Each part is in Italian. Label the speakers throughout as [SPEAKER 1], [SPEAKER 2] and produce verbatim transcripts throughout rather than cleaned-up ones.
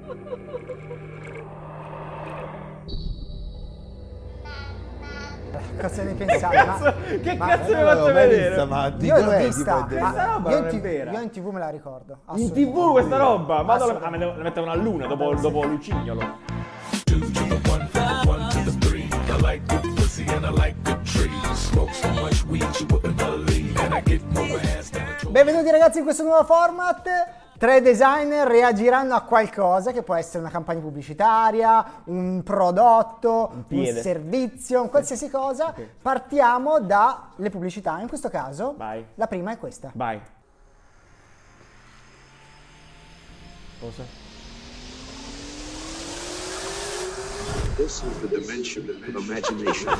[SPEAKER 1] Cosa ne pensate? Ma,
[SPEAKER 2] che
[SPEAKER 1] ma,
[SPEAKER 2] cazzo mi
[SPEAKER 3] non
[SPEAKER 2] faccio
[SPEAKER 3] l'ho mai
[SPEAKER 2] vedere?
[SPEAKER 3] vista, ma di
[SPEAKER 1] io l'ho
[SPEAKER 3] dov'è?
[SPEAKER 1] vista,
[SPEAKER 3] Tipo,
[SPEAKER 1] ma
[SPEAKER 2] questa roba
[SPEAKER 1] io,
[SPEAKER 2] non
[SPEAKER 1] in
[SPEAKER 2] è
[SPEAKER 1] tiv-
[SPEAKER 2] vera.
[SPEAKER 1] io in tv me la ricordo.
[SPEAKER 2] In
[SPEAKER 1] assolutamente.
[SPEAKER 2] tv questa roba? Madonna, ah,
[SPEAKER 1] Assolutamente.
[SPEAKER 2] me la mettevano a luna dopo, dopo Lucignolo.
[SPEAKER 4] Two to the one, from the one to the three. I like good pussy and I like good trees. Smoke so much weed you wouldn't believe, and I get more ass than a trophy.
[SPEAKER 1] Benvenuti ragazzi in questo nuovo format. Tre designer reagiranno a qualcosa che può essere una campagna pubblicitaria, un prodotto, un,
[SPEAKER 2] piede.
[SPEAKER 1] servizio, un qualsiasi cosa.
[SPEAKER 2] Ok.
[SPEAKER 1] Partiamo dalle pubblicità. In questo caso,
[SPEAKER 2] Vai.
[SPEAKER 1] la prima è questa.
[SPEAKER 2] Vai. Cosa?
[SPEAKER 5] This is the dimension of imagination.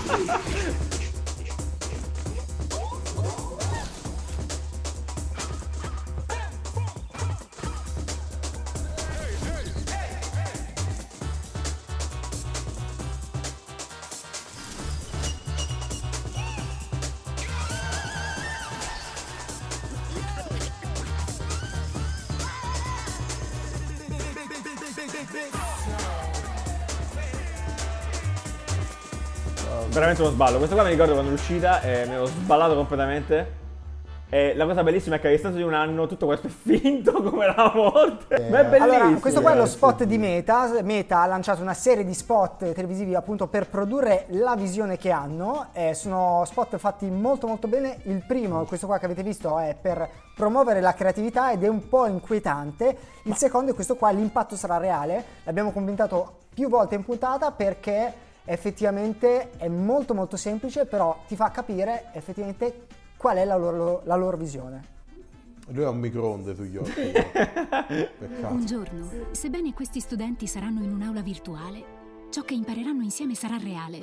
[SPEAKER 2] Veramente uno sballo. Questa qua mi ricordo quando è uscita e mi ero sballato completamente. E la cosa bellissima è che a distanza di un anno tutto questo è finto come la morte. Ma è bellissimo.
[SPEAKER 1] Allora, questo qua è lo
[SPEAKER 3] sì,
[SPEAKER 1] spot
[SPEAKER 3] sì.
[SPEAKER 1] di Meta. Meta ha lanciato una serie di spot televisivi appunto per produrre la visione che hanno. Eh, sono spot fatti molto molto bene. Il primo, questo qua che avete visto, è per promuovere la creatività ed è un po' inquietante. Il secondo è questo qua, l'impatto sarà reale. L'abbiamo commentato più volte in puntata perché effettivamente è molto molto semplice, però ti fa capire effettivamente qual è la loro, la loro visione.
[SPEAKER 3] Lui ha un microonde sugli occhi. Peccato.
[SPEAKER 6] Un giorno, sebbene questi studenti saranno in un'aula virtuale, ciò che impareranno insieme sarà reale.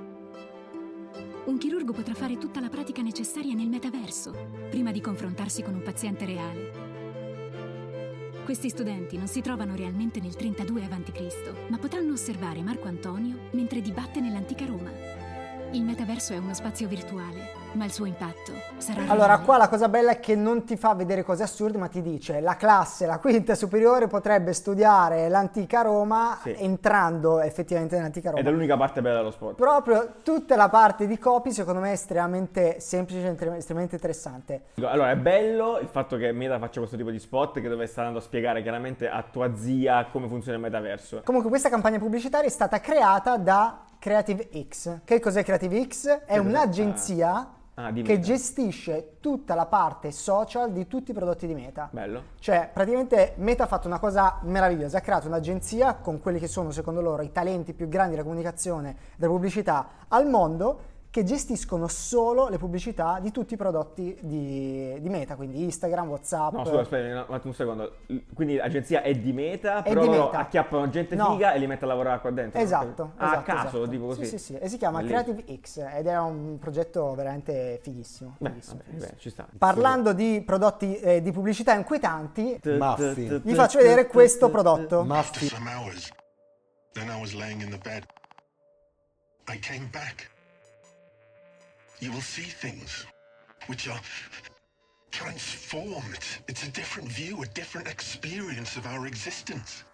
[SPEAKER 6] Un chirurgo potrà fare tutta la pratica necessaria nel metaverso, prima di confrontarsi con un paziente reale. Questi studenti non si trovano realmente nel trentadue avanti Cristo, ma potranno osservare Marco Antonio mentre dibatte nell'antica Roma. Il metaverso è uno spazio virtuale, ma il suo impatto sarà
[SPEAKER 1] Allora,
[SPEAKER 6] reale.
[SPEAKER 1] qua la cosa bella è che non ti fa vedere cose assurde, ma ti dice la classe, la quinta superiore potrebbe studiare l'antica Roma
[SPEAKER 2] Sì.
[SPEAKER 1] entrando effettivamente nell'antica Roma.
[SPEAKER 2] Ed è l'unica parte bella dello sport.
[SPEAKER 1] Proprio tutta la parte di copy secondo me è estremamente semplice e estremamente interessante.
[SPEAKER 2] Allora, è bello il fatto che Meta faccia questo tipo di spot che dove sta andando a spiegare chiaramente a tua zia come funziona il metaverso.
[SPEAKER 1] Comunque questa campagna pubblicitaria è stata creata da Creative X. Che cos'è Creative X? È
[SPEAKER 2] cos'è?
[SPEAKER 1] un'agenzia
[SPEAKER 2] Ah, di
[SPEAKER 1] che
[SPEAKER 2] Meta.
[SPEAKER 1] gestisce tutta la parte social di tutti i prodotti di Meta.
[SPEAKER 2] Bello.
[SPEAKER 1] Cioè, praticamente Meta ha fatto una cosa meravigliosa, ha creato un'agenzia con quelli che sono, secondo loro, i talenti più grandi della comunicazione e della pubblicità al mondo, che gestiscono solo le pubblicità di tutti i prodotti di, di Meta, quindi Instagram, WhatsApp.
[SPEAKER 2] No, scusa, aspetta un, un secondo. Quindi l'agenzia è di Meta,
[SPEAKER 1] È
[SPEAKER 2] però
[SPEAKER 1] di
[SPEAKER 2] loro
[SPEAKER 1] Meta.
[SPEAKER 2] acchiappano gente
[SPEAKER 1] No.
[SPEAKER 2] figa e li mette a lavorare qua dentro.
[SPEAKER 1] Esatto,
[SPEAKER 2] Ah,
[SPEAKER 1] esatto,
[SPEAKER 2] a caso,
[SPEAKER 1] esatto.
[SPEAKER 2] tipo così.
[SPEAKER 1] Sì, sì, sì, e si chiama
[SPEAKER 2] Bellissimo.
[SPEAKER 1] Creative X ed è un progetto veramente fighissimo.
[SPEAKER 2] Beh,
[SPEAKER 1] fighissimo,
[SPEAKER 2] vabbè,
[SPEAKER 1] fighissimo.
[SPEAKER 2] beh, ci sta.
[SPEAKER 1] Parlando di prodotti eh, di pubblicità inquietanti,
[SPEAKER 3] Muffin.
[SPEAKER 1] vi faccio vedere questo prodotto.
[SPEAKER 3] Muffin.
[SPEAKER 5] Some hours. Then I was laying in the bed. I came back. You will see things which are transformed. It's a different view, a different experience of our existence.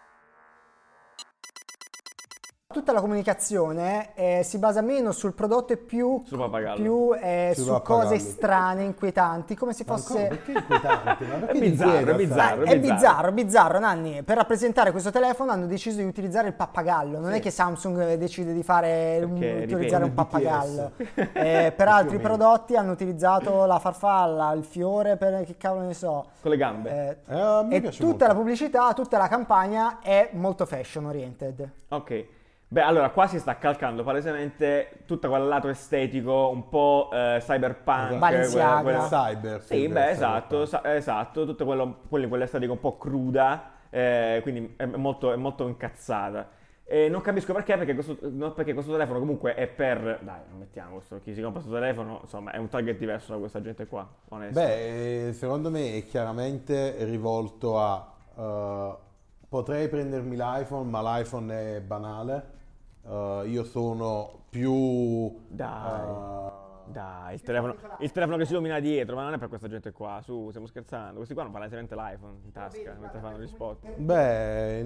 [SPEAKER 1] Tutta la comunicazione eh, si basa meno sul prodotto e più,
[SPEAKER 2] Sul pappagallo.
[SPEAKER 1] più eh,
[SPEAKER 3] Sul
[SPEAKER 1] su
[SPEAKER 3] pappagallo.
[SPEAKER 1] cose strane, inquietanti, come se
[SPEAKER 3] Ma come?
[SPEAKER 1] fosse...
[SPEAKER 3] Perché inquietante? Ma perché
[SPEAKER 2] È bizzarro,
[SPEAKER 3] inquieta,
[SPEAKER 2] è bizzarro.
[SPEAKER 1] È bizzarro, è bizzarro, Nanni. Per rappresentare questo telefono hanno deciso di utilizzare il pappagallo. Non
[SPEAKER 2] Sì.
[SPEAKER 1] è che Samsung decide di fare un-
[SPEAKER 2] Perché,
[SPEAKER 1] utilizzare un
[SPEAKER 3] ripeto,
[SPEAKER 1] pappagallo.
[SPEAKER 3] B T S.
[SPEAKER 1] Eh, per
[SPEAKER 3] Più o
[SPEAKER 1] altri
[SPEAKER 3] meno.
[SPEAKER 1] prodotti hanno utilizzato la farfalla, il fiore, per che cavolo ne so.
[SPEAKER 2] Con le gambe.
[SPEAKER 1] Eh,
[SPEAKER 3] Eh, a me
[SPEAKER 1] e
[SPEAKER 3] piace
[SPEAKER 1] tutta
[SPEAKER 3] molto.
[SPEAKER 1] la pubblicità, tutta la campagna è molto fashion oriented.
[SPEAKER 2] Ok. Beh, allora qua si sta calcando palesemente tutto quel lato estetico, un po' eh, cyberpunk.
[SPEAKER 1] Balenciaga.
[SPEAKER 2] quella- quella-
[SPEAKER 3] Cyber.
[SPEAKER 2] Sì,
[SPEAKER 3] sì,
[SPEAKER 2] beh,
[SPEAKER 3] deve
[SPEAKER 2] esatto,
[SPEAKER 3] essere
[SPEAKER 2] sa- esatto, tutto quello, quelli- quell'estetica un po' cruda, eh, quindi è molto, è molto incazzata. E non capisco perché, perché questo, no, perché questo telefono comunque è per... Dai, non mettiamo questo, chi si compra questo telefono, insomma, è un target diverso da questa gente qua, onesto.
[SPEAKER 3] Beh, eh, secondo me è chiaramente rivolto a... eh, potrei prendermi l'iPhone, ma l'iPhone è banale. Eh, io sono più...
[SPEAKER 2] Dai.
[SPEAKER 3] eh,
[SPEAKER 2] Dai, il telefono, il telefono che si illumina dietro, ma non è per questa gente qua, su, stiamo scherzando. Questi qua non palesemente l'iPhone in tasca mentre fanno gli spot.
[SPEAKER 3] beh, ni.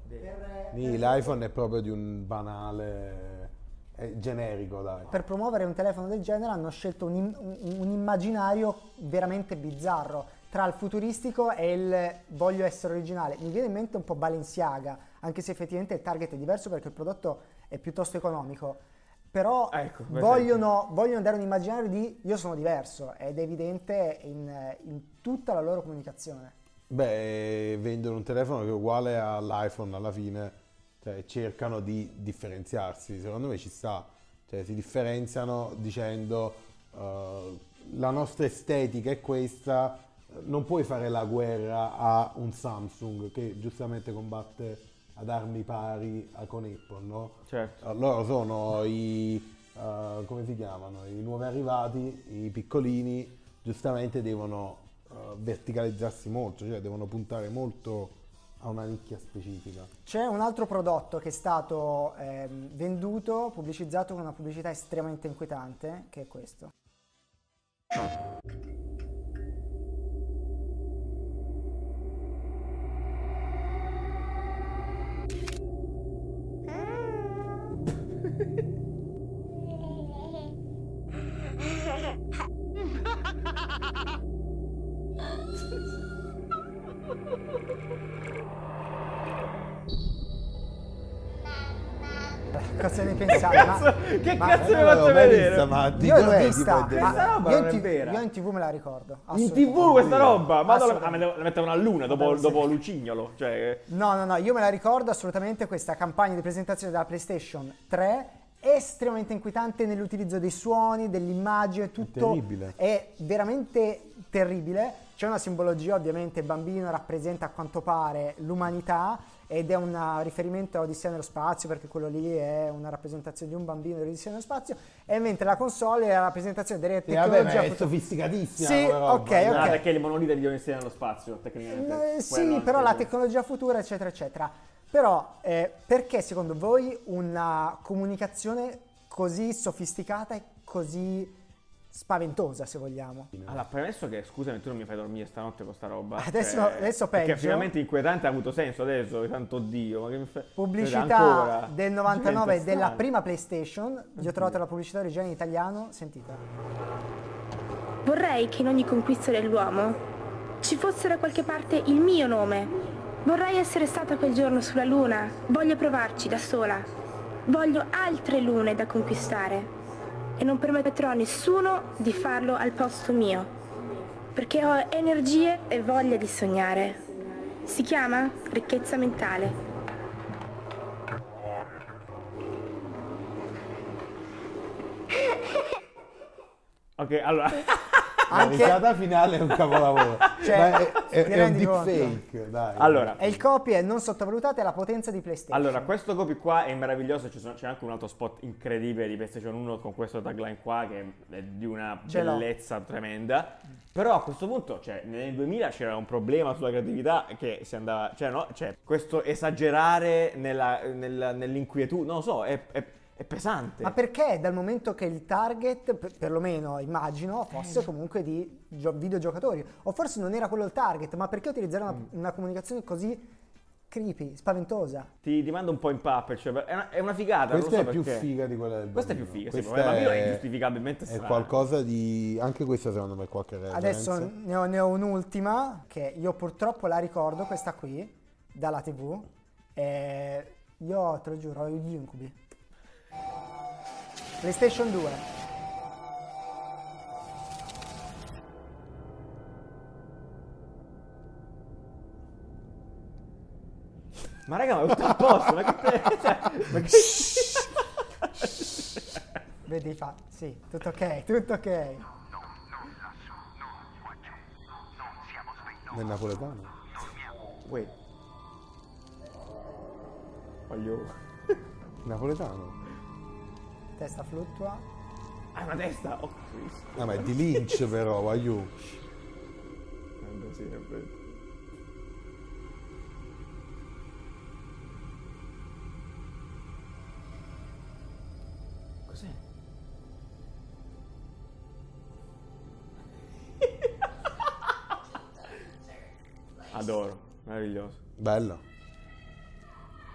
[SPEAKER 1] Per,
[SPEAKER 3] Quindi l'iPhone è proprio di un banale, è generico, dai.
[SPEAKER 1] per promuovere un telefono del genere hanno scelto un, im- un- un immaginario veramente bizzarro tra il futuristico e il voglio essere originale. Mi viene in mente un po' Balenciaga, anche se effettivamente il target è diverso perché il prodotto è piuttosto economico. Però
[SPEAKER 2] Ecco, per
[SPEAKER 1] vogliono, vogliono dare un immaginario di io sono diverso ed è evidente in, in tutta la loro comunicazione.
[SPEAKER 3] Beh, vendono un telefono che è uguale all'iPhone alla fine, cioè cercano di differenziarsi, secondo me ci sta, cioè si differenziano dicendo uh, la nostra estetica è questa, non puoi fare la guerra a un Samsung che giustamente combatte ad armi pari a- con Apple, no?
[SPEAKER 2] Certo.
[SPEAKER 3] Uh, loro sono i, uh, come si chiamano, i nuovi arrivati, i piccolini, giustamente devono uh, verticalizzarsi molto, cioè devono puntare molto a una nicchia specifica.
[SPEAKER 1] C'è un altro prodotto che è stato ehm, venduto, pubblicizzato con una pubblicità estremamente inquietante, che è questo. Cosa ne pensate? Ma-
[SPEAKER 2] Che
[SPEAKER 1] ma-
[SPEAKER 2] cazzo mi
[SPEAKER 3] Eh,
[SPEAKER 2] hai
[SPEAKER 3] non
[SPEAKER 2] fatto
[SPEAKER 3] l'avevo mai
[SPEAKER 2] vedere?
[SPEAKER 3] vista, ma di
[SPEAKER 1] Io l'ho
[SPEAKER 3] dov'è,
[SPEAKER 1] vista,
[SPEAKER 3] tipo,
[SPEAKER 1] ma
[SPEAKER 2] Questa roba
[SPEAKER 1] io,
[SPEAKER 2] non
[SPEAKER 1] in
[SPEAKER 2] è
[SPEAKER 1] ti-
[SPEAKER 2] vera.
[SPEAKER 1] io in tv me la ricordo.
[SPEAKER 2] In
[SPEAKER 1] assolutamente.
[SPEAKER 2] tv questa roba? Ma la,
[SPEAKER 1] Assolutamente.
[SPEAKER 2] ah, me la mettevano a luna dopo,
[SPEAKER 1] Vabbè, sì.
[SPEAKER 2] dopo Lucignolo. Cioè,
[SPEAKER 1] No, no, no, io me la ricordo assolutamente questa campagna di presentazione della PlayStation tre, estremamente inquietante nell'utilizzo dei suoni, dell'immagine, tutto
[SPEAKER 3] terribile.
[SPEAKER 1] è veramente terribile. C'è una simbologia, ovviamente il bambino rappresenta a quanto pare l'umanità ed è un riferimento a Odissea nello spazio, perché quello lì è una rappresentazione di un bambino di Odissea nello spazio, e mentre la console è la rappresentazione della
[SPEAKER 3] Sì, vabbè,
[SPEAKER 1] tecnologia
[SPEAKER 3] ma è
[SPEAKER 1] futu-
[SPEAKER 3] sofisticatissima
[SPEAKER 1] Sì,
[SPEAKER 3] come roba.
[SPEAKER 1] ok,
[SPEAKER 2] ah,
[SPEAKER 1] ok.
[SPEAKER 2] perché le monolite di Odissea nello spazio, tecnicamente.
[SPEAKER 1] Eh, sì,
[SPEAKER 2] Quello
[SPEAKER 1] però
[SPEAKER 2] anche-
[SPEAKER 1] la tecnologia futura, eccetera, eccetera. Però, eh, perché secondo voi una comunicazione così sofisticata e così spaventosa, se vogliamo?
[SPEAKER 2] Allora, premesso che, scusami, tu non mi fai dormire stanotte con sta roba.
[SPEAKER 1] Adesso-
[SPEAKER 2] cioè,
[SPEAKER 1] adesso
[SPEAKER 2] Perché
[SPEAKER 1] peggio.
[SPEAKER 2] finalmente inquietante ha avuto senso adesso, santo Dio. Ma che mi fa...
[SPEAKER 1] Pubblicità
[SPEAKER 2] ancora?
[SPEAKER 1] del novantanove
[SPEAKER 2] Diventa
[SPEAKER 1] della
[SPEAKER 2] strano.
[SPEAKER 1] prima PlayStation. Vi ho trovato la pubblicità originale in italiano, sentite.
[SPEAKER 7] Vorrei che in ogni conquista dell'uomo ci fosse da qualche parte il mio nome. Vorrei essere stata quel giorno sulla Luna. Voglio provarci da sola. Voglio altre lune da conquistare. E non permetterò a nessuno di farlo al posto mio. Perché ho energie e voglia di sognare. Si chiama ricchezza mentale.
[SPEAKER 2] Ok, allora...
[SPEAKER 3] La
[SPEAKER 1] Anche
[SPEAKER 3] risata finale è un capolavoro.
[SPEAKER 1] Cioè,
[SPEAKER 3] Ma è, è-
[SPEAKER 1] ti
[SPEAKER 3] è un
[SPEAKER 1] rendi conto?
[SPEAKER 3] deepfake, dai.
[SPEAKER 2] allora,
[SPEAKER 1] e il copy è non sottovalutate la potenza di PlayStation.
[SPEAKER 2] allora, questo copy qua è meraviglioso, ci sono- c'è anche un altro spot incredibile di PlayStation uno con questo tagline qua che è di una
[SPEAKER 1] Ce l'ho.
[SPEAKER 2] bellezza tremenda. Però a questo punto, cioè, nel duemila c'era un problema sulla creatività che si andava, cioè, no, cioè, questo esagerare nella, nella- nell'inquietudine, non lo so, è, è- è pesante.
[SPEAKER 1] Ma perché dal momento che il target, per- perlomeno immagino,
[SPEAKER 2] Eh.
[SPEAKER 1] fosse comunque di gio- videogiocatori, o forse non era quello il target, ma perché utilizzare una,
[SPEAKER 2] Mm.
[SPEAKER 1] una comunicazione così creepy, spaventosa?
[SPEAKER 2] Ti, ti manda un po' in puppet, cioè, è, una, è una figata.
[SPEAKER 3] Questa
[SPEAKER 2] non
[SPEAKER 3] è
[SPEAKER 2] so
[SPEAKER 3] più
[SPEAKER 2] perché.
[SPEAKER 3] figa di quella del
[SPEAKER 2] Questa è più
[SPEAKER 3] bambino.
[SPEAKER 2] figa, sì,
[SPEAKER 3] Questa
[SPEAKER 2] ma il bambino è
[SPEAKER 3] è-
[SPEAKER 2] ingiustificabilmente
[SPEAKER 3] È
[SPEAKER 2] strana.
[SPEAKER 3] qualcosa di... Anche questa secondo me è qualche referenza.
[SPEAKER 1] Adesso ne ho, ne ho un'ultima, che io purtroppo la ricordo, questa qui, dalla tivù. E io te lo giuro, ho gli incubi. PlayStation due.
[SPEAKER 2] Ma raga, ma è tutto a posto, ma che... Cioè, ma che...
[SPEAKER 1] Vedi, fa. Sì, tutto ok, tutto ok.
[SPEAKER 3] Nel napoletano.
[SPEAKER 2] Wait. Voglio...
[SPEAKER 3] Napoletano.
[SPEAKER 1] Testa fluttua.
[SPEAKER 2] Ah, una testa! Oh, Cristo.
[SPEAKER 3] Ah, ma è di Lynch però, voglio.
[SPEAKER 2] Eh, sì, è vero. Cos'è? Adoro, meraviglioso.
[SPEAKER 3] Bello.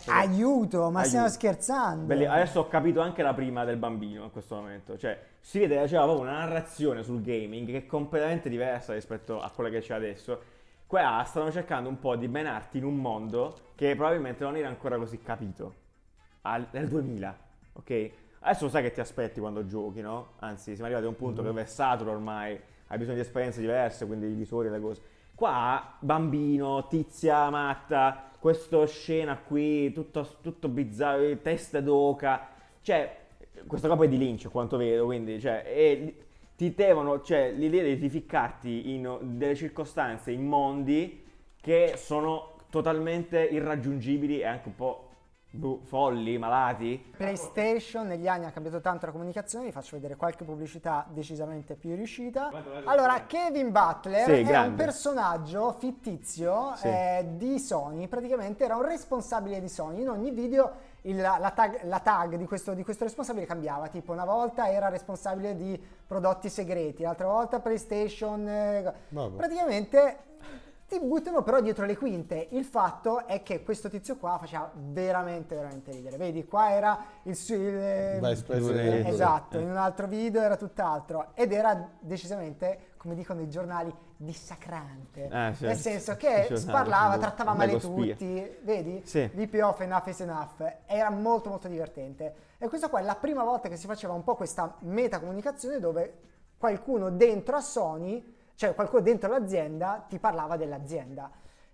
[SPEAKER 1] Aiuto, ma
[SPEAKER 2] Aiuto.
[SPEAKER 1] stiamo scherzando?
[SPEAKER 2] Belli- Adesso ho capito anche la prima del bambino in questo momento. Cioè, si vede che c'era proprio una narrazione sul gaming che è completamente diversa rispetto a quella che c'è adesso. Qua stanno cercando un po' di menarti in un mondo che probabilmente non era ancora così capito al- nel duemila, ok? Adesso lo sai che ti aspetti quando giochi, no? Anzi, siamo arrivati a un punto dove è saturo ormai, hai bisogno di esperienze diverse, quindi i visori e le cose. Qua, bambino, tizia matta, questa scena qui, tutto, tutto bizzarro, testa d'oca, cioè, questa cosa è di Lynch, quanto vedo, quindi, cioè, e ti devono, cioè, l'idea di di ficcarti in delle circostanze, in mondi che sono totalmente irraggiungibili e anche un po' boh, folli, malati.
[SPEAKER 1] PlayStation negli anni ha cambiato tanto la comunicazione, vi faccio vedere qualche pubblicità decisamente più riuscita. Allora, Kevin Butler
[SPEAKER 2] Sì,
[SPEAKER 1] è
[SPEAKER 2] grande.
[SPEAKER 1] un personaggio fittizio
[SPEAKER 2] Sì.
[SPEAKER 1] eh, di Sony, praticamente era un responsabile di Sony. In ogni video il- la, tag, la tag di questo, di questo responsabile cambiava, tipo una volta era responsabile di prodotti segreti, l'altra volta PlayStation, eh,
[SPEAKER 3] Vabbè.
[SPEAKER 1] praticamente ti buttano però dietro le quinte. Il fatto è che questo tizio qua faceva veramente veramente ridere. Vedi, qua era il suo il-
[SPEAKER 3] Vice President.
[SPEAKER 1] esatto, in un altro video era tutt'altro ed era decisamente, come dicono i giornali, dissacrante.
[SPEAKER 2] Eh, sì.
[SPEAKER 1] Nel senso
[SPEAKER 2] I
[SPEAKER 1] che
[SPEAKER 2] giornali,
[SPEAKER 1] sparlava,
[SPEAKER 2] sì.
[SPEAKER 1] trattava male
[SPEAKER 2] Lego spia.
[SPEAKER 1] tutti, vedi?
[SPEAKER 2] Sì.
[SPEAKER 1] V P off, enough is enough. Era molto molto divertente. E questa qua è la prima volta che si faceva un po' questa metacomunicazione dove qualcuno dentro a Sony, cioè qualcuno dentro l'azienda, ti parlava dell'azienda.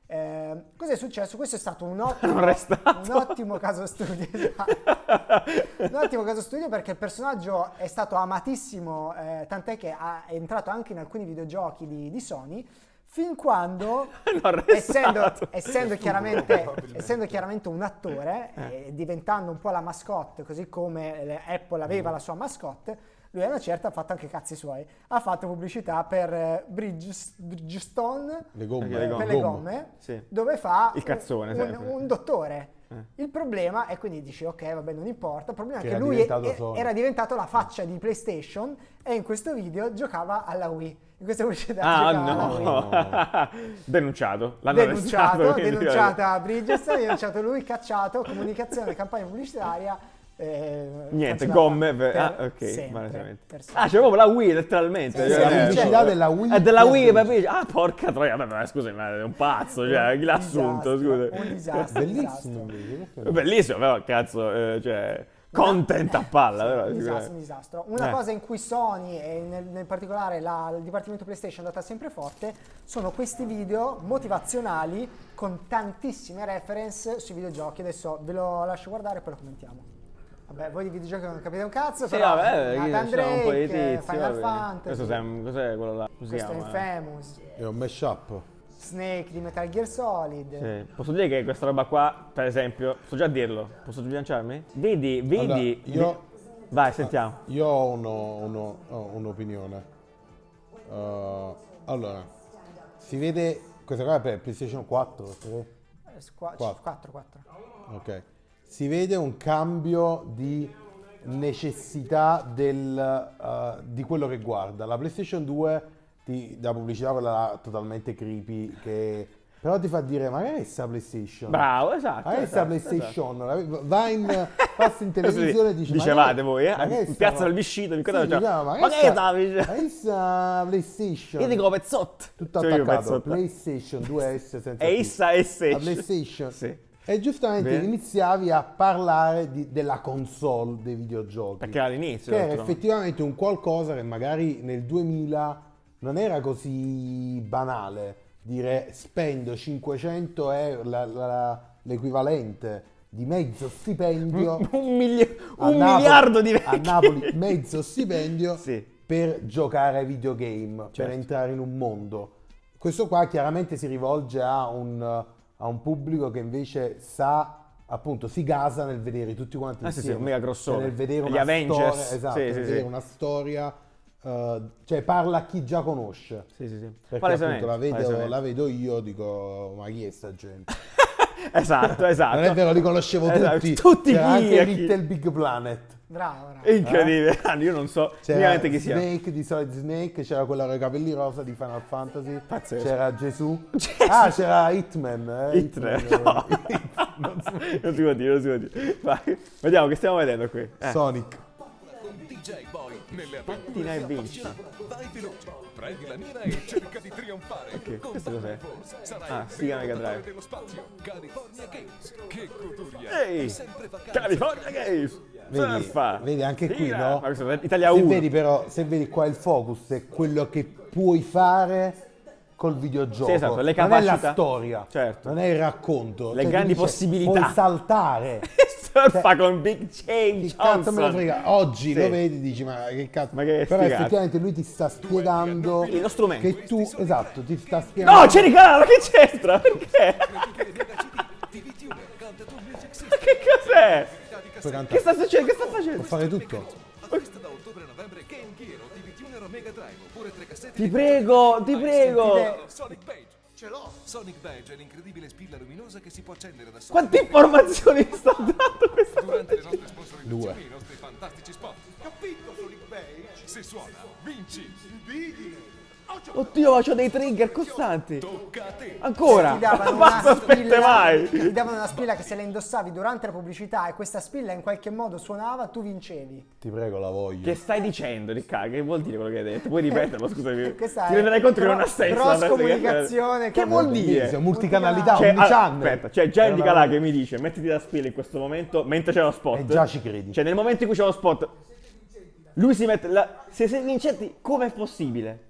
[SPEAKER 1] Eh, cos'è successo? Questo è stato un ottimo,
[SPEAKER 2] Non restato.
[SPEAKER 1] un ottimo caso studio. esatto. Un ottimo caso studio perché il personaggio è stato amatissimo, eh, tant'è che ha- è entrato anche in alcuni videogiochi di, di Sony, fin quando,
[SPEAKER 2] Non
[SPEAKER 1] essendo,
[SPEAKER 2] restato.
[SPEAKER 1] essendo, chiaramente, essendo chiaramente un attore, e diventando un po' la mascotte, così come le- Apple aveva la sua mascotte, lui a una certa ha fatto anche cazzi suoi. Ha fatto pubblicità per eh, Bridges- Bridgestone,
[SPEAKER 3] Le gomme.
[SPEAKER 2] Perché le
[SPEAKER 1] per
[SPEAKER 2] gomme.
[SPEAKER 1] le gomme,
[SPEAKER 2] Sì.
[SPEAKER 1] dove fa
[SPEAKER 2] Il cazzone,
[SPEAKER 1] un,
[SPEAKER 2] sempre.
[SPEAKER 1] un dottore.
[SPEAKER 2] Eh.
[SPEAKER 1] Il problema, e quindi dici ok, vabbè, non importa, il problema
[SPEAKER 3] Che
[SPEAKER 1] è che
[SPEAKER 3] era
[SPEAKER 1] lui
[SPEAKER 3] diventato
[SPEAKER 1] è-
[SPEAKER 3] Sony.
[SPEAKER 1] era diventato la faccia di PlayStation e in questo video giocava alla Wii. In questa pubblicità
[SPEAKER 2] Ah
[SPEAKER 1] giocava alla Wii.
[SPEAKER 2] no! Denunciato. L'hanno
[SPEAKER 1] Denunciato,
[SPEAKER 2] arrestato, quindi-
[SPEAKER 1] denunciata Bridgestone, denunciato lui, cacciato, comunicazione, campagna pubblicitaria. eh,
[SPEAKER 2] Niente,
[SPEAKER 1] cancellata
[SPEAKER 2] gomme per...
[SPEAKER 1] per
[SPEAKER 2] ah, ok,
[SPEAKER 1] sempre,
[SPEAKER 2] maledettamente.
[SPEAKER 1] per
[SPEAKER 2] Ah,
[SPEAKER 1] sempre.
[SPEAKER 2] c'è proprio la Wii, letteralmente.
[SPEAKER 1] Sì,
[SPEAKER 2] cioè,
[SPEAKER 1] sì,
[SPEAKER 2] eh,
[SPEAKER 1] pubblicità
[SPEAKER 2] cioè,
[SPEAKER 3] della Wii
[SPEAKER 2] È della
[SPEAKER 3] per
[SPEAKER 2] Wii,
[SPEAKER 3] Bridgestone.
[SPEAKER 2] ma ah, porca troia, vabbè, ma scusa, ma è un pazzo, cioè, chi l'ha assunto,
[SPEAKER 1] Disastro,
[SPEAKER 2] scusa.
[SPEAKER 1] un disastro,
[SPEAKER 3] Bellissimo
[SPEAKER 1] disastro.
[SPEAKER 3] invece, perché-
[SPEAKER 2] Bellissimo, però, cazzo, eh, cioè, content a palla, però.
[SPEAKER 1] Un disastro,
[SPEAKER 2] sicuramente.
[SPEAKER 1] un disastro. Una
[SPEAKER 2] Eh.
[SPEAKER 1] cosa in cui Sony e nel, nel particolare la- il dipartimento PlayStation è andata sempre forte sono questi video motivazionali con tantissime reference sui videogiochi. Adesso ve lo lascio guardare e poi lo commentiamo. Vabbè, voi di videogiochi non capite un cazzo,
[SPEAKER 2] Sì,
[SPEAKER 1] però
[SPEAKER 2] vabbè,
[SPEAKER 1] Nathan
[SPEAKER 2] ci sono un po' di
[SPEAKER 1] Drake,
[SPEAKER 2] tizi,
[SPEAKER 1] Final
[SPEAKER 2] vabbè.
[SPEAKER 1] Fantasy,
[SPEAKER 2] Questo sem- cos'è quello là? Come si
[SPEAKER 1] questo è
[SPEAKER 2] chiama?
[SPEAKER 1] Infamous,
[SPEAKER 3] È un mashup.
[SPEAKER 1] Snake di Metal Gear Solid.
[SPEAKER 2] Sì. Posso dire che questa roba qua, per esempio, posso già dirlo, posso sbilanciarmi? Vedi, vedi...
[SPEAKER 3] Allora, io-
[SPEAKER 2] vi- Vai, sentiamo.
[SPEAKER 3] Io ho, uno- uno- ho un'opinione. Uh, allora, si vede, questa qua è per PlayStation quattro, si vede?
[SPEAKER 1] Eh, squa-
[SPEAKER 3] Quattro.
[SPEAKER 1] quattro, quattro.
[SPEAKER 3] Ok. Si vede un cambio di necessità del, uh, di quello che guarda. La PlayStation due ti dà pubblicità quella là totalmente creepy che però ti fa dire ma che è sta PlayStation?
[SPEAKER 2] Bravo, esatto.
[SPEAKER 3] Ma che è sta
[SPEAKER 2] esatto,
[SPEAKER 3] PlayStation? Va in, passa in televisione e dice
[SPEAKER 2] Dicevate
[SPEAKER 3] ma
[SPEAKER 2] voi, eh?
[SPEAKER 3] ma che è
[SPEAKER 2] In
[SPEAKER 3] sta-
[SPEAKER 2] Piazza del Viscito, mi
[SPEAKER 3] Sì,
[SPEAKER 2] ricordo,
[SPEAKER 3] diciamo,
[SPEAKER 2] ma
[SPEAKER 3] ma
[SPEAKER 2] che
[SPEAKER 3] che
[SPEAKER 2] è
[SPEAKER 3] sta-
[SPEAKER 2] sta-
[SPEAKER 3] ma che è sta PlayStation?
[SPEAKER 2] Io dico pezzotto.
[SPEAKER 3] Tutto
[SPEAKER 2] Cioè, io
[SPEAKER 3] attaccato,
[SPEAKER 2] pezzotto.
[SPEAKER 3] PlayStation due S senza
[SPEAKER 2] E
[SPEAKER 3] T.
[SPEAKER 2] issa e se.
[SPEAKER 3] La PlayStation.
[SPEAKER 2] Sì.
[SPEAKER 3] E giustamente
[SPEAKER 2] Bene.
[SPEAKER 3] iniziavi a parlare di- della console dei videogiochi.
[SPEAKER 2] Perché all'inizio.
[SPEAKER 3] che era
[SPEAKER 2] d'altro.
[SPEAKER 3] effettivamente un qualcosa che magari nel duemila non era così banale dire spendo cinquecento euro, la- la- l'equivalente di mezzo stipendio
[SPEAKER 2] Un, mili-
[SPEAKER 3] a
[SPEAKER 2] un
[SPEAKER 3] Napoli-
[SPEAKER 2] miliardo di
[SPEAKER 3] a
[SPEAKER 2] vecchi.
[SPEAKER 3] Napoli mezzo stipendio
[SPEAKER 2] Sì.
[SPEAKER 3] per giocare ai videogame, per
[SPEAKER 2] Certo.
[SPEAKER 3] entrare in un mondo. Questo qua chiaramente si rivolge a un, a un pubblico che invece sa, appunto, si gasa nel vedere tutti quanti
[SPEAKER 2] Ah, sì, sì,
[SPEAKER 3] insieme,
[SPEAKER 2] un mega crossover.
[SPEAKER 3] cioè nel vedere
[SPEAKER 2] Gli
[SPEAKER 3] una
[SPEAKER 2] Avengers,
[SPEAKER 3] storia, esatto,
[SPEAKER 2] sì,
[SPEAKER 3] nel
[SPEAKER 2] sì,
[SPEAKER 3] vedere
[SPEAKER 2] sì.
[SPEAKER 3] una storia, eh, cioè parla a chi già conosce.
[SPEAKER 2] Sì, sì, sì.
[SPEAKER 3] Perché
[SPEAKER 2] Palesemente,
[SPEAKER 3] appunto la vedo,
[SPEAKER 2] palesemente.
[SPEAKER 3] la vedo io, dico, ma chi è sta gente?
[SPEAKER 2] Esatto, esatto.
[SPEAKER 3] Non è vero, li conoscevo
[SPEAKER 2] Esatto,
[SPEAKER 3] tutti.
[SPEAKER 2] tutti
[SPEAKER 3] C'era
[SPEAKER 2] chi
[SPEAKER 3] anche
[SPEAKER 2] e chi.
[SPEAKER 3] Little Big Planet.
[SPEAKER 1] Bravo, bravo.
[SPEAKER 2] È incredibile. Io non so
[SPEAKER 3] C'era
[SPEAKER 2] veramente chi sia.
[SPEAKER 3] Snake di Solid Snake, c'era quello con i capelli rosa di Final Fantasy,
[SPEAKER 2] Pazzesco.
[SPEAKER 3] c'era Gesù.
[SPEAKER 2] Gesù.
[SPEAKER 3] Ah, c'era Hitman. Eh,
[SPEAKER 2] Hitman,
[SPEAKER 3] Hitman,
[SPEAKER 2] no.
[SPEAKER 3] eh,
[SPEAKER 2] non, si, non si può dire, non si può dire. Vai, vediamo che stiamo vedendo qui. Eh.
[SPEAKER 3] Sonic.
[SPEAKER 8] D J Boy nelle
[SPEAKER 2] Pattina e vinci.
[SPEAKER 8] Vai veloce, prendi la mira e cerca di trionfare.
[SPEAKER 2] Ok,
[SPEAKER 8] Con
[SPEAKER 2] questo cos'è?
[SPEAKER 8] Sarai
[SPEAKER 2] Ah,
[SPEAKER 8] il
[SPEAKER 2] Sega Mega
[SPEAKER 8] trionfatore
[SPEAKER 2] Drive.
[SPEAKER 8] dello spazio. California Games. Che coturia.
[SPEAKER 2] Ehi,
[SPEAKER 8] Sempre vacanze.
[SPEAKER 2] California Games.
[SPEAKER 3] Vedi,
[SPEAKER 2] Surfa.
[SPEAKER 3] vedi anche qui,
[SPEAKER 2] Tira.
[SPEAKER 3] no?
[SPEAKER 2] Ma questo è Italia
[SPEAKER 3] Se
[SPEAKER 2] uno.
[SPEAKER 3] vedi però, se vedi qua il focus è quello che puoi fare col videogioco.
[SPEAKER 2] Sì, esatto, le
[SPEAKER 3] non è la
[SPEAKER 2] capacità.
[SPEAKER 3] storia,
[SPEAKER 2] Certo.
[SPEAKER 3] non è il racconto.
[SPEAKER 2] Le
[SPEAKER 3] Cioè,
[SPEAKER 2] grandi
[SPEAKER 3] ti dice,
[SPEAKER 2] possibilità.
[SPEAKER 3] Puoi saltare.
[SPEAKER 2] Surfa
[SPEAKER 3] Cioè,
[SPEAKER 2] con Big James
[SPEAKER 3] Che cazzo me lo
[SPEAKER 2] Johnson.
[SPEAKER 3] frega? Oggi
[SPEAKER 2] Sì.
[SPEAKER 3] lo vedi e dici ma che cazzo.
[SPEAKER 2] Ma che
[SPEAKER 3] Però
[SPEAKER 2] sti
[SPEAKER 3] effettivamente lui ti sta spiegando
[SPEAKER 2] Lo strumento.
[SPEAKER 3] che tu, esatto, ti sta spiegando.
[SPEAKER 2] No, c'è Nicola, che c'entra? Perché? Ma che cos'è?
[SPEAKER 3] Puoi cantare.
[SPEAKER 2] Che sta succedendo? Che sta facendo?
[SPEAKER 3] Può fare tutto.
[SPEAKER 8] Acquista da ottobre a novembre Game Gear o T V Tuner o Mega Drive oppure tre cassette.
[SPEAKER 2] Ti prego, ti prego.
[SPEAKER 8] Sonic Page. Ce l'ho. Sonic Page è l'incredibile spilla luminosa che si può accendere da solo.
[SPEAKER 2] Quante informazioni mi sta dando questa
[SPEAKER 8] Durante le nostre sponsorizzazioni,
[SPEAKER 3] Due.
[SPEAKER 8] i nostri fantastici spot. Capito Sonic Page? Se suona, vinci. Vidi.
[SPEAKER 2] Oddio, ma c'ho dei trigger costanti.
[SPEAKER 8] Tocca a te.
[SPEAKER 2] Ancora.
[SPEAKER 1] Ti davano
[SPEAKER 2] Ma
[SPEAKER 1] una
[SPEAKER 2] basta, aspetta
[SPEAKER 1] spilla,
[SPEAKER 2] mai.
[SPEAKER 1] ti davano una spilla che se la indossavi durante la pubblicità e questa spilla in qualche modo suonava, tu vincevi.
[SPEAKER 3] Ti prego, la voglio.
[SPEAKER 2] Che stai dicendo, Riccardo? Che vuol dire quello che hai detto? Puoi ripeterlo, scusami.
[SPEAKER 1] Questa
[SPEAKER 2] Ti
[SPEAKER 1] è
[SPEAKER 2] renderai conto che
[SPEAKER 1] cro-
[SPEAKER 2] non ha senso.
[SPEAKER 1] cross
[SPEAKER 2] andare a
[SPEAKER 1] comunicazione
[SPEAKER 2] Che
[SPEAKER 1] con-
[SPEAKER 2] vuol dire?
[SPEAKER 3] Bellissimo, multicanalità,
[SPEAKER 2] C'è,
[SPEAKER 3] undici
[SPEAKER 2] ah,
[SPEAKER 3] anni.
[SPEAKER 2] aspetta, c'è già
[SPEAKER 3] Era
[SPEAKER 2] il
[SPEAKER 3] una-
[SPEAKER 2] Nicola che mi dice mettiti la spilla in questo momento mentre c'è lo spot.
[SPEAKER 3] E già ci credi.
[SPEAKER 2] Cioè nel momento in cui c'è lo spot lui si mette la... se sei vincenti com'è possibile?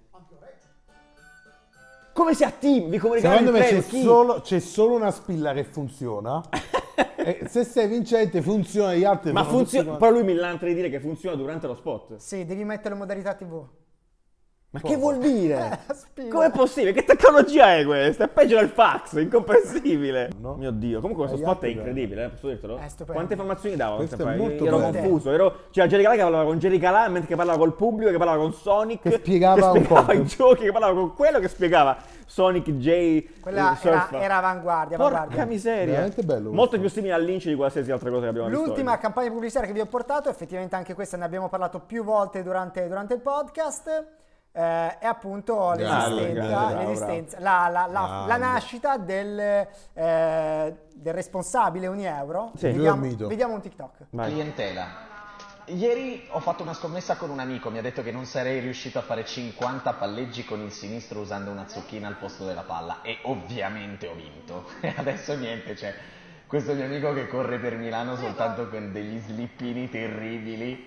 [SPEAKER 2] Come si attiva? Vi comunicate
[SPEAKER 3] Secondo me
[SPEAKER 2] il
[SPEAKER 3] c'è
[SPEAKER 2] treno? Chi?
[SPEAKER 3] solo, c'è solo una spilla che funziona. E se sei vincente funziona, gli altri
[SPEAKER 2] Ma
[SPEAKER 3] fanno tutti
[SPEAKER 2] funziona,
[SPEAKER 3] quanti.
[SPEAKER 2] però lui mi lantra di dire che funziona durante lo spot.
[SPEAKER 1] Sì, devi mettere in modalità tivù.
[SPEAKER 2] Ma che vuol dire?
[SPEAKER 1] la spilla.
[SPEAKER 2] Com'è possibile? Che tecnologia è questa? È peggio del fax, incomprensibile.
[SPEAKER 3] No.
[SPEAKER 2] Mio Dio, comunque questo
[SPEAKER 3] Agli
[SPEAKER 2] spot è
[SPEAKER 3] altri
[SPEAKER 2] incredibile, eh? Posso dirtelo?
[SPEAKER 1] È stupendo.
[SPEAKER 2] Quante informazioni davo?
[SPEAKER 3] Questo
[SPEAKER 2] Tempo
[SPEAKER 3] è
[SPEAKER 2] fa?
[SPEAKER 3] molto
[SPEAKER 2] Io ero
[SPEAKER 3] bello.
[SPEAKER 2] confuso, ero... c'era Jerry Calà che parlava con Jerry Calà mentre che parlava col pubblico, che parlava con Sonic,
[SPEAKER 3] Che spiegava
[SPEAKER 2] che
[SPEAKER 3] un
[SPEAKER 2] spiegava i
[SPEAKER 3] conto.
[SPEAKER 2] giochi, che parlava con quello che spiegava Sonic J.
[SPEAKER 1] Quella
[SPEAKER 2] eh,
[SPEAKER 1] era,
[SPEAKER 2] Surfa.
[SPEAKER 1] era avanguardia,
[SPEAKER 2] Porca
[SPEAKER 1] avanguardia.
[SPEAKER 2] miseria.
[SPEAKER 3] Veramente bello questo.
[SPEAKER 2] Molto più simile al Lynch di qualsiasi altra cosa che abbiamo visto.
[SPEAKER 1] L'ultima
[SPEAKER 2] oggi.
[SPEAKER 1] campagna pubblicitaria che vi ho portato, effettivamente anche questa ne abbiamo parlato più volte durante, durante il podcast, eh, è appunto
[SPEAKER 3] Grande,
[SPEAKER 1] l'esistenza,
[SPEAKER 2] grande, bravo,
[SPEAKER 1] l'esistenza- la, la- la- la
[SPEAKER 3] Grande.
[SPEAKER 1] nascita del, eh, del responsabile Unieuro.
[SPEAKER 2] Sì.
[SPEAKER 1] Vediamo,
[SPEAKER 3] Mito.
[SPEAKER 1] vediamo un TikTok.
[SPEAKER 2] Vai.
[SPEAKER 9] Clientela. Ieri ho fatto una scommessa con un amico, mi ha detto che non sarei riuscito a fare cinquanta palleggi con il sinistro usando una zucchina al posto della palla e ovviamente ho vinto. E adesso niente, c'è questo mio amico che corre per Milano soltanto con degli slippini terribili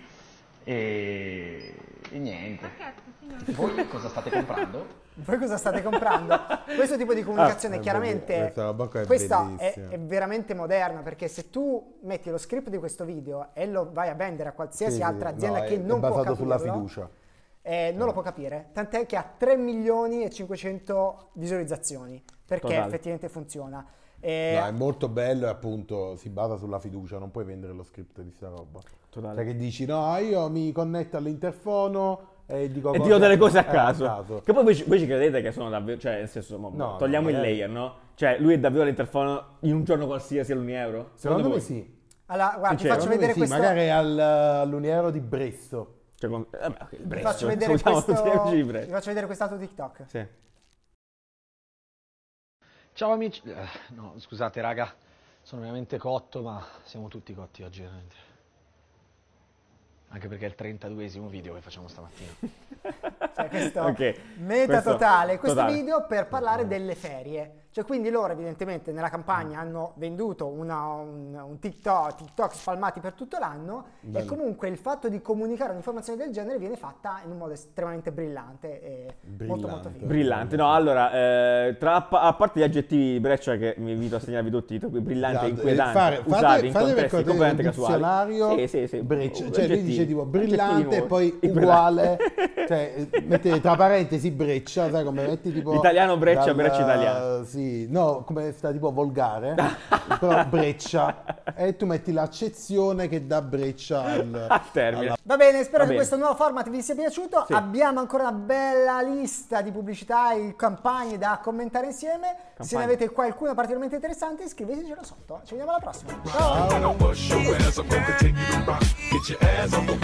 [SPEAKER 9] e, e niente. Voi cosa state comprando?
[SPEAKER 1] Voi cosa state comprando? Questo tipo di comunicazione
[SPEAKER 3] Ah, è
[SPEAKER 1] chiaramente
[SPEAKER 3] bellissimo. Questa roba qua è
[SPEAKER 1] questa è,
[SPEAKER 3] bellissima.
[SPEAKER 1] è veramente moderna, perché se tu metti lo script di questo video e lo vai a vendere a qualsiasi
[SPEAKER 3] Sì, sì,
[SPEAKER 1] altra
[SPEAKER 3] sì.
[SPEAKER 1] azienda
[SPEAKER 3] No,
[SPEAKER 1] che
[SPEAKER 3] è-
[SPEAKER 1] non
[SPEAKER 3] è
[SPEAKER 1] può
[SPEAKER 3] basato
[SPEAKER 1] capirlo,
[SPEAKER 3] sulla fiducia.
[SPEAKER 1] eh, non lo può capire, tant'è che ha tre milioni e cinquecento visualizzazioni, perché
[SPEAKER 2] Totale.
[SPEAKER 1] effettivamente funziona. Eh,
[SPEAKER 3] No, è molto bello e appunto si basa sulla fiducia, non puoi vendere lo script di sta roba.
[SPEAKER 2] Totale.
[SPEAKER 3] Cioè che dici no, io mi connetto all'interfono e dico
[SPEAKER 2] E dico delle cose a
[SPEAKER 3] eh,
[SPEAKER 2] caso. Che poi voi, ci- voi ci credete che sono davvero, cioè nel senso, mo,
[SPEAKER 3] No,
[SPEAKER 2] togliamo
[SPEAKER 3] no,
[SPEAKER 2] il
[SPEAKER 3] magari-
[SPEAKER 2] layer, no? Cioè lui è davvero all'interfono in un giorno qualsiasi all'Unieuro?
[SPEAKER 3] Secondo me
[SPEAKER 2] voi?
[SPEAKER 3] sì.
[SPEAKER 1] allora, guarda, ti
[SPEAKER 2] Sincero?
[SPEAKER 1] faccio
[SPEAKER 3] Secondo me
[SPEAKER 1] vedere
[SPEAKER 3] sì,
[SPEAKER 1] questo.
[SPEAKER 3] magari al, all'Uniero di Bresso.
[SPEAKER 2] Cioè, con... eh, beh, ok, il
[SPEAKER 1] Vi
[SPEAKER 2] Bresso,
[SPEAKER 1] faccio vedere
[SPEAKER 2] salutiamo
[SPEAKER 1] questo.
[SPEAKER 2] tutti gli amici di
[SPEAKER 1] Vi
[SPEAKER 2] Bresso.
[SPEAKER 1] faccio vedere quest'altro TikTok.
[SPEAKER 2] Sì.
[SPEAKER 10] Ciao amici, eh, no scusate raga, sono veramente cotto, ma siamo tutti cotti oggi veramente. Anche perché è il trentaduesimo video che facciamo stamattina.
[SPEAKER 1] Cioè, questo
[SPEAKER 2] Ok,
[SPEAKER 1] meta
[SPEAKER 2] questo-
[SPEAKER 1] totale. Questo
[SPEAKER 2] totale.
[SPEAKER 1] video per parlare delle ferie. Cioè, quindi loro evidentemente nella campagna hanno venduto una- un, un TikTok, TikTok spalmati per tutto l'anno, e comunque il fatto di comunicare un'informazione del genere viene fatta in un modo estremamente brillante e molto molto
[SPEAKER 3] Brillante.
[SPEAKER 1] figo.
[SPEAKER 2] Brillante, no, allora, eh, tra, a parte gli aggettivi Breccia che mi invito a segnarvi tutti, brillante,
[SPEAKER 3] Esatto,
[SPEAKER 2] inquietante,
[SPEAKER 3] fare- fate-
[SPEAKER 2] usati in
[SPEAKER 3] fate per
[SPEAKER 2] contesti
[SPEAKER 3] cortesia
[SPEAKER 2] completamente
[SPEAKER 3] un
[SPEAKER 2] casuali.
[SPEAKER 3] dizionario
[SPEAKER 2] Sì, sì, sì.
[SPEAKER 3] Breccia, cioè lui
[SPEAKER 2] Aggettivi.
[SPEAKER 3] dice tipo
[SPEAKER 2] Aggettivi
[SPEAKER 3] brillante e
[SPEAKER 2] nuovi.
[SPEAKER 3] poi
[SPEAKER 2] Inquietante.
[SPEAKER 3] uguale, cioè mette tra parentesi Breccia, sai come metti tipo
[SPEAKER 2] Italiano Breccia, Breccia italiano.
[SPEAKER 3] Sì, no, come sta tipo volgare, però Breccia, e tu metti l'accezione che dà Breccia al,
[SPEAKER 2] A termine.
[SPEAKER 3] alla-
[SPEAKER 1] Va bene, spero
[SPEAKER 2] Va
[SPEAKER 1] che
[SPEAKER 2] bene.
[SPEAKER 1] questo nuovo format vi sia piaciuto.
[SPEAKER 2] Sì.
[SPEAKER 1] Abbiamo ancora una bella lista di pubblicità e campagne da commentare insieme. Se ne avete qualcuna particolarmente interessante, iscrivetecelo sotto. Ci vediamo alla prossima. Ciao!
[SPEAKER 4] Bust your ass, I'm gonna continue to rock. Get your ass on the